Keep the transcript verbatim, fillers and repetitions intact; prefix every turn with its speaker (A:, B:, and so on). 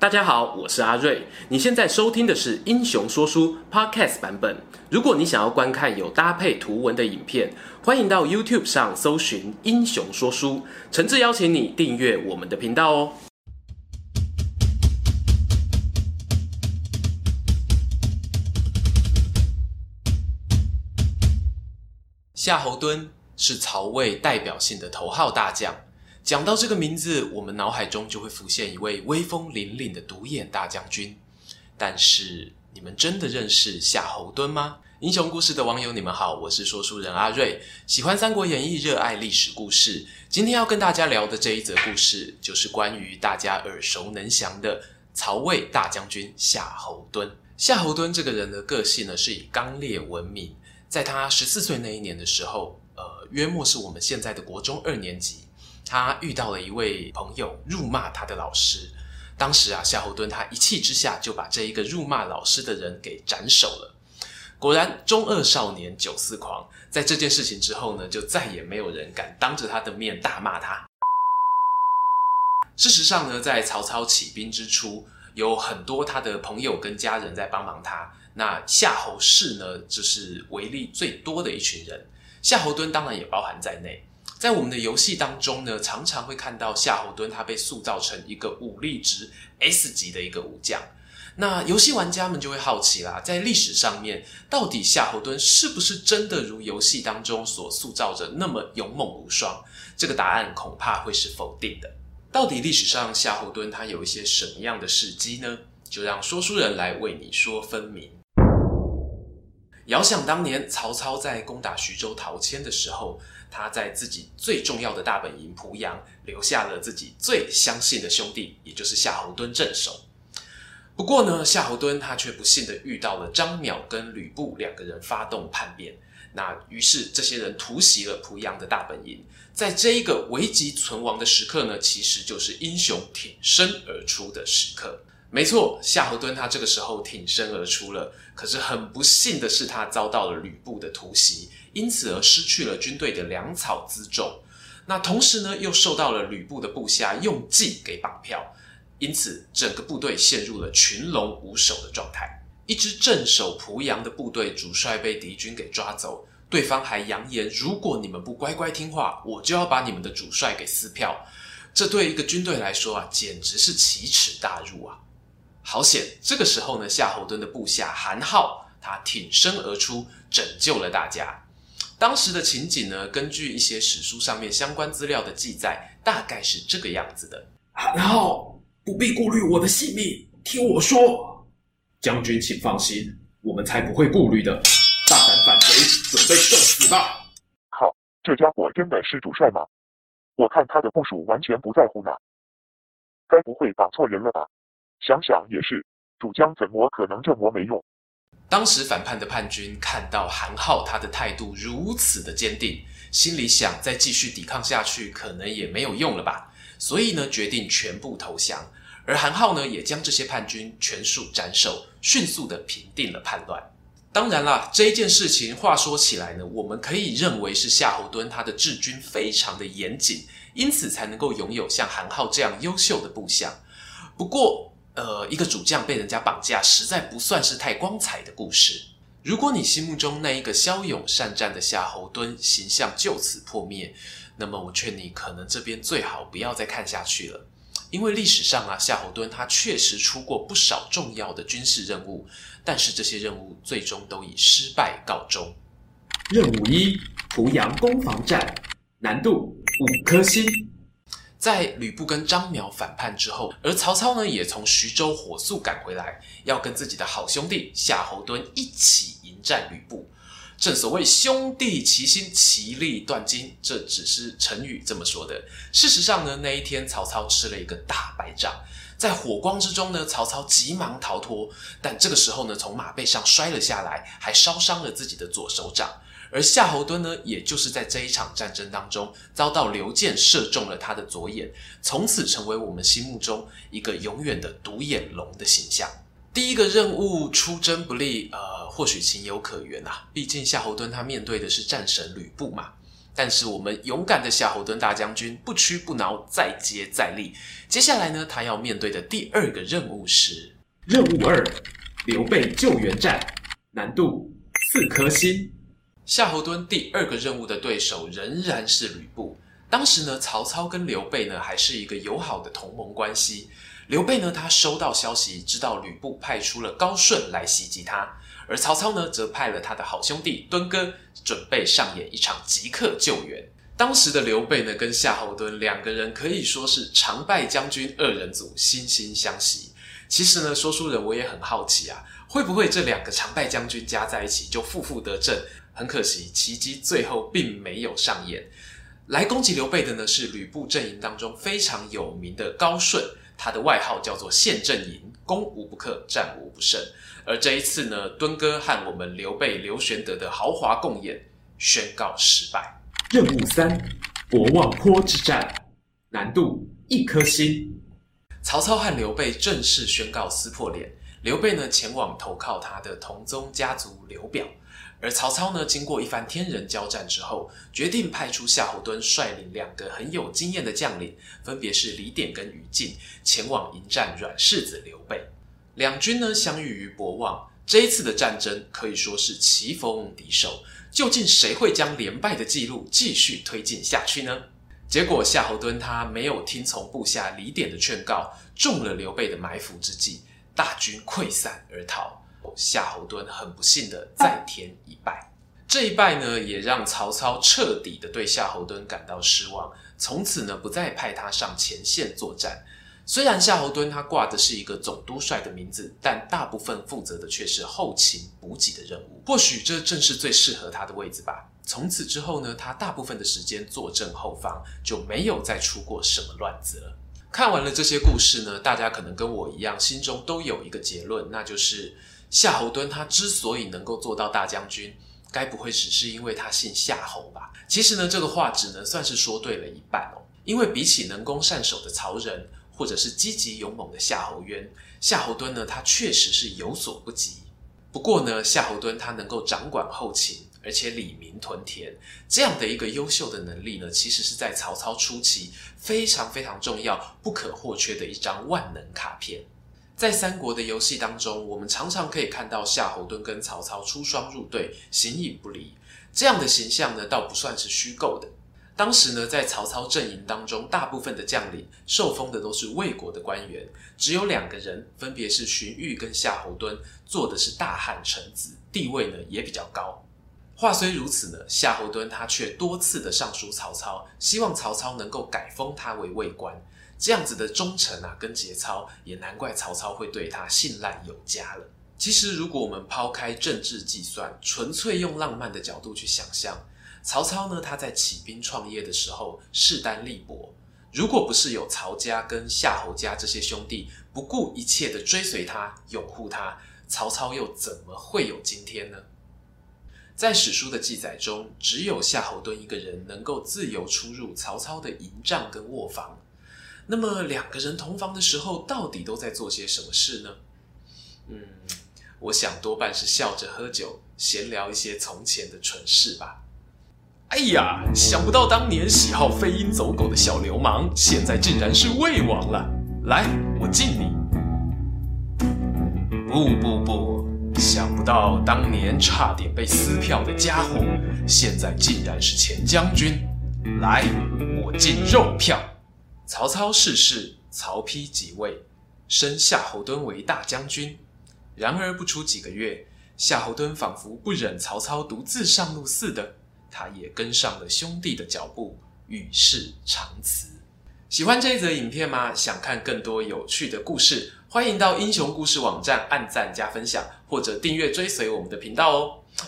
A: 大家好，我是阿瑞。你现在收听的是英雄说书 Podcast 版本。如果你想要观看有搭配图文的影片，欢迎到 YouTube 上搜寻英雄说书，诚挚邀请你订阅我们的频道哦。夏侯惇是曹魏代表性的头号大将。讲到这个名字，我们脑海中就会浮现一位威风凛凛的独眼大将军。但是，你们真的认识夏侯惇吗？英雄故事的网友，你们好，我是说书人阿瑞，喜欢《三国演义》，热爱历史故事。今天要跟大家聊的这一则故事，就是关于大家耳熟能详的曹魏大将军夏侯惇。夏侯惇这个人的个性呢，是以刚烈闻名。在他十四岁那一年的时候，呃，约莫是我们现在的国中二年级。他遇到了一位朋友辱骂他的老师，当时啊，夏侯惇他一气之下就把这一个辱骂老师的人给斩首了。果然中二少年九四狂，在这件事情之后呢，就再也没有人敢当着他的面大骂他。事实上呢，在曹操起兵之初，有很多他的朋友跟家人在帮忙他，那夏侯氏呢，就是为力最多的一群人，夏侯惇当然也包含在内。在我们的游戏当中呢，常常会看到夏侯惇他被塑造成一个武力值 S 级的一个武将。那游戏玩家们就会好奇啦，在历史上面，到底夏侯惇是不是真的如游戏当中所塑造着那么勇猛无双？这个答案恐怕会是否定的。到底历史上夏侯惇他有一些什么样的事迹呢？就让说书人来为你说分明。遥想当年曹操在攻打徐州陶谦的时候，他在自己最重要的大本营濮阳留下了自己最相信的兄弟，也就是夏侯惇镇守。不过呢，夏侯惇他却不幸的遇到了张邈跟吕布两个人发动叛变，那于是这些人突袭了濮阳的大本营。在这一个危急存亡的时刻呢，其实就是英雄挺身而出的时刻。没错，夏侯惇他这个时候挺身而出了，可是很不幸的是他遭到了吕布的突袭，因此而失去了军队的粮草辎重。那同时呢，又受到了吕布的部下用计给绑票，因此整个部队陷入了群龙无首的状态。一支镇守濮阳的部队主帅被敌军给抓走，对方还扬言，如果你们不乖乖听话，我就要把你们的主帅给撕票。这对一个军队来说啊，简直是奇耻大辱啊！好险，这个时候呢，夏侯惇的部下韩浩他挺身而出，拯救了大家。当时的情景呢，根据一些史书上面相关资料的记载，大概是这个样子的：
B: 韩浩，不必顾虑我的性命，听我说。将军请放心，我们才不会顾虑的。大胆反贼，准备受死吧！
C: 靠，这家伙真的是主帅吗？我看他的部署完全不在乎呢，该不会绑错人了吧？想想也是，主将怎么可能这么没用？
A: 当时反叛的叛军看到韩浩他的态度如此的坚定，心里想再继续抵抗下去可能也没有用了吧，所以呢决定全部投降。而韩浩呢也将这些叛军全数斩首，迅速的平定了叛乱。当然啦，这一件事情话说起来呢，我们可以认为是夏侯惇他的治军非常的严谨，因此才能够拥有像韩浩这样优秀的部下。不过呃，一个主将被人家绑架，实在不算是太光彩的故事。如果你心目中那一个骁勇善战的夏侯惇形象就此破灭，那么我劝你可能这边最好不要再看下去了。因为历史上啊，夏侯惇他确实出过不少重要的军事任务，但是这些任务最终都以失败告终。
B: 任务一：濮阳攻防战，难度五颗星。
A: 在吕布跟张邈反叛之后，而曹操呢也从徐州火速赶回来，要跟自己的好兄弟夏侯惇一起迎战吕布。正所谓兄弟齐心，其利断金，这只是成语这么说的。事实上呢，那一天曹操吃了一个大败仗，在火光之中呢，曹操急忙逃脱，但这个时候呢，从马背上摔了下来，还烧伤了自己的左手掌。而夏侯惇呢，也就是在这一场战争当中遭到刘建射中了他的左眼，从此成为我们心目中一个永远的独眼龙的形象。第一个任务出征不利，呃，或许情有可原啊，毕竟夏侯惇他面对的是战神吕布嘛。 但是我们勇敢的夏侯惇大将军不屈不挠，再接再厉。接下来呢，他要面对的第二个任务是
B: 任务二：刘备救援战，难度四颗星。
A: 夏侯惇第二个任务的对手仍然是吕布。当时呢，曹操跟刘备呢还是一个友好的同盟关系。刘备呢，他收到消息，知道吕布派出了高顺来袭击他，而曹操呢，则派了他的好兄弟敦哥，准备上演一场即刻救援。当时的刘备呢，跟夏侯惇两个人可以说是常败将军二人组，惺惺相惜。其实呢，说书人我也很好奇啊，会不会这两个常败将军加在一起就负负得正？很可惜，奇迹最后并没有上演。来攻击刘备的呢，是吕布阵营当中非常有名的高顺，他的外号叫做陷阵营，攻无不克，战无不胜。而这一次呢，敦哥和我们刘备刘玄德的豪华共演宣告失败。
B: 任务三：博望坡之战，难度一颗星。
A: 曹操和刘备正式宣告撕破脸，刘备呢前往投靠他的同宗家族刘表。而曹操呢，经过一番天人交战之后，决定派出夏侯惇率领两个很有经验的将领，分别是李典跟于禁，前往迎战软柿子刘备。两军呢相遇于博望，这一次的战争可以说是棋逢敌手，究竟谁会将连败的记录继续推进下去呢？结果夏侯惇他没有听从部下李典的劝告，中了刘备的埋伏之计，大军溃散而逃。夏侯惇很不幸的再添一败，这一败呢，也让曹操彻底的对夏侯惇感到失望，从此呢，不再派他上前线作战。虽然夏侯惇他挂的是一个总督帅的名字，但大部分负责的却是后勤补给的任务。或许这正是最适合他的位置吧。从此之后呢，他大部分的时间坐镇后方，就没有再出过什么乱子了。看完了这些故事呢，大家可能跟我一样，心中都有一个结论，那就是夏侯惇他之所以能够做到大将军，该不会只是因为他姓夏侯吧？其实呢，这个话只能算是说对了一半哦。因为比起能攻善守的曹仁，或者是积极勇猛的夏侯渊，夏侯惇呢，他确实是有所不及。不过呢，夏侯惇他能够掌管后勤，而且理民屯田，这样的一个优秀的能力呢，其实是在曹操初期非常非常重要、不可或缺的一张万能卡片。在三国的游戏当中，我们常常可以看到夏侯惇跟曹操出双入对，形影不离。这样的形象呢，倒不算是虚构的。当时呢，在曹操阵营当中，大部分的将领受封的都是魏国的官员，只有两个人，分别是荀彧跟夏侯惇，做的是大汉臣子，地位呢也比较高。话虽如此呢，夏侯惇他却多次的上书曹操，希望曹操能够改封他为魏官。这样子的忠诚啊跟节操，也难怪曹操会对他信赖有加了。其实如果我们抛开政治计算，纯粹用浪漫的角度去想象，曹操呢，他在起兵创业的时候势单力薄，如果不是有曹家跟夏侯家这些兄弟不顾一切的追随他、拥护他，曹操又怎么会有今天呢？在史书的记载中，只有夏侯惇一个人能够自由出入曹操的营帐跟卧房。那么两个人同房的时候，到底都在做些什么事呢？嗯，我想多半是笑着喝酒，闲聊一些从前的蠢事吧。哎呀，想不到当年喜好飞鹰走狗的小流氓，现在竟然是魏王了。来，我敬你。不不不，想不到当年差点被撕票的家伙，现在竟然是前将军。来，我敬肉票。曹操逝世，曹丕即位，升夏侯惇为大将军。然而不出几个月，夏侯惇仿佛不忍曹操独自上路似的，他也跟上了兄弟的脚步，与世长辞。喜欢这一则影片吗？想看更多有趣的故事，欢迎到英雄故事网站按赞加分享，或者订阅追随我们的频道哦。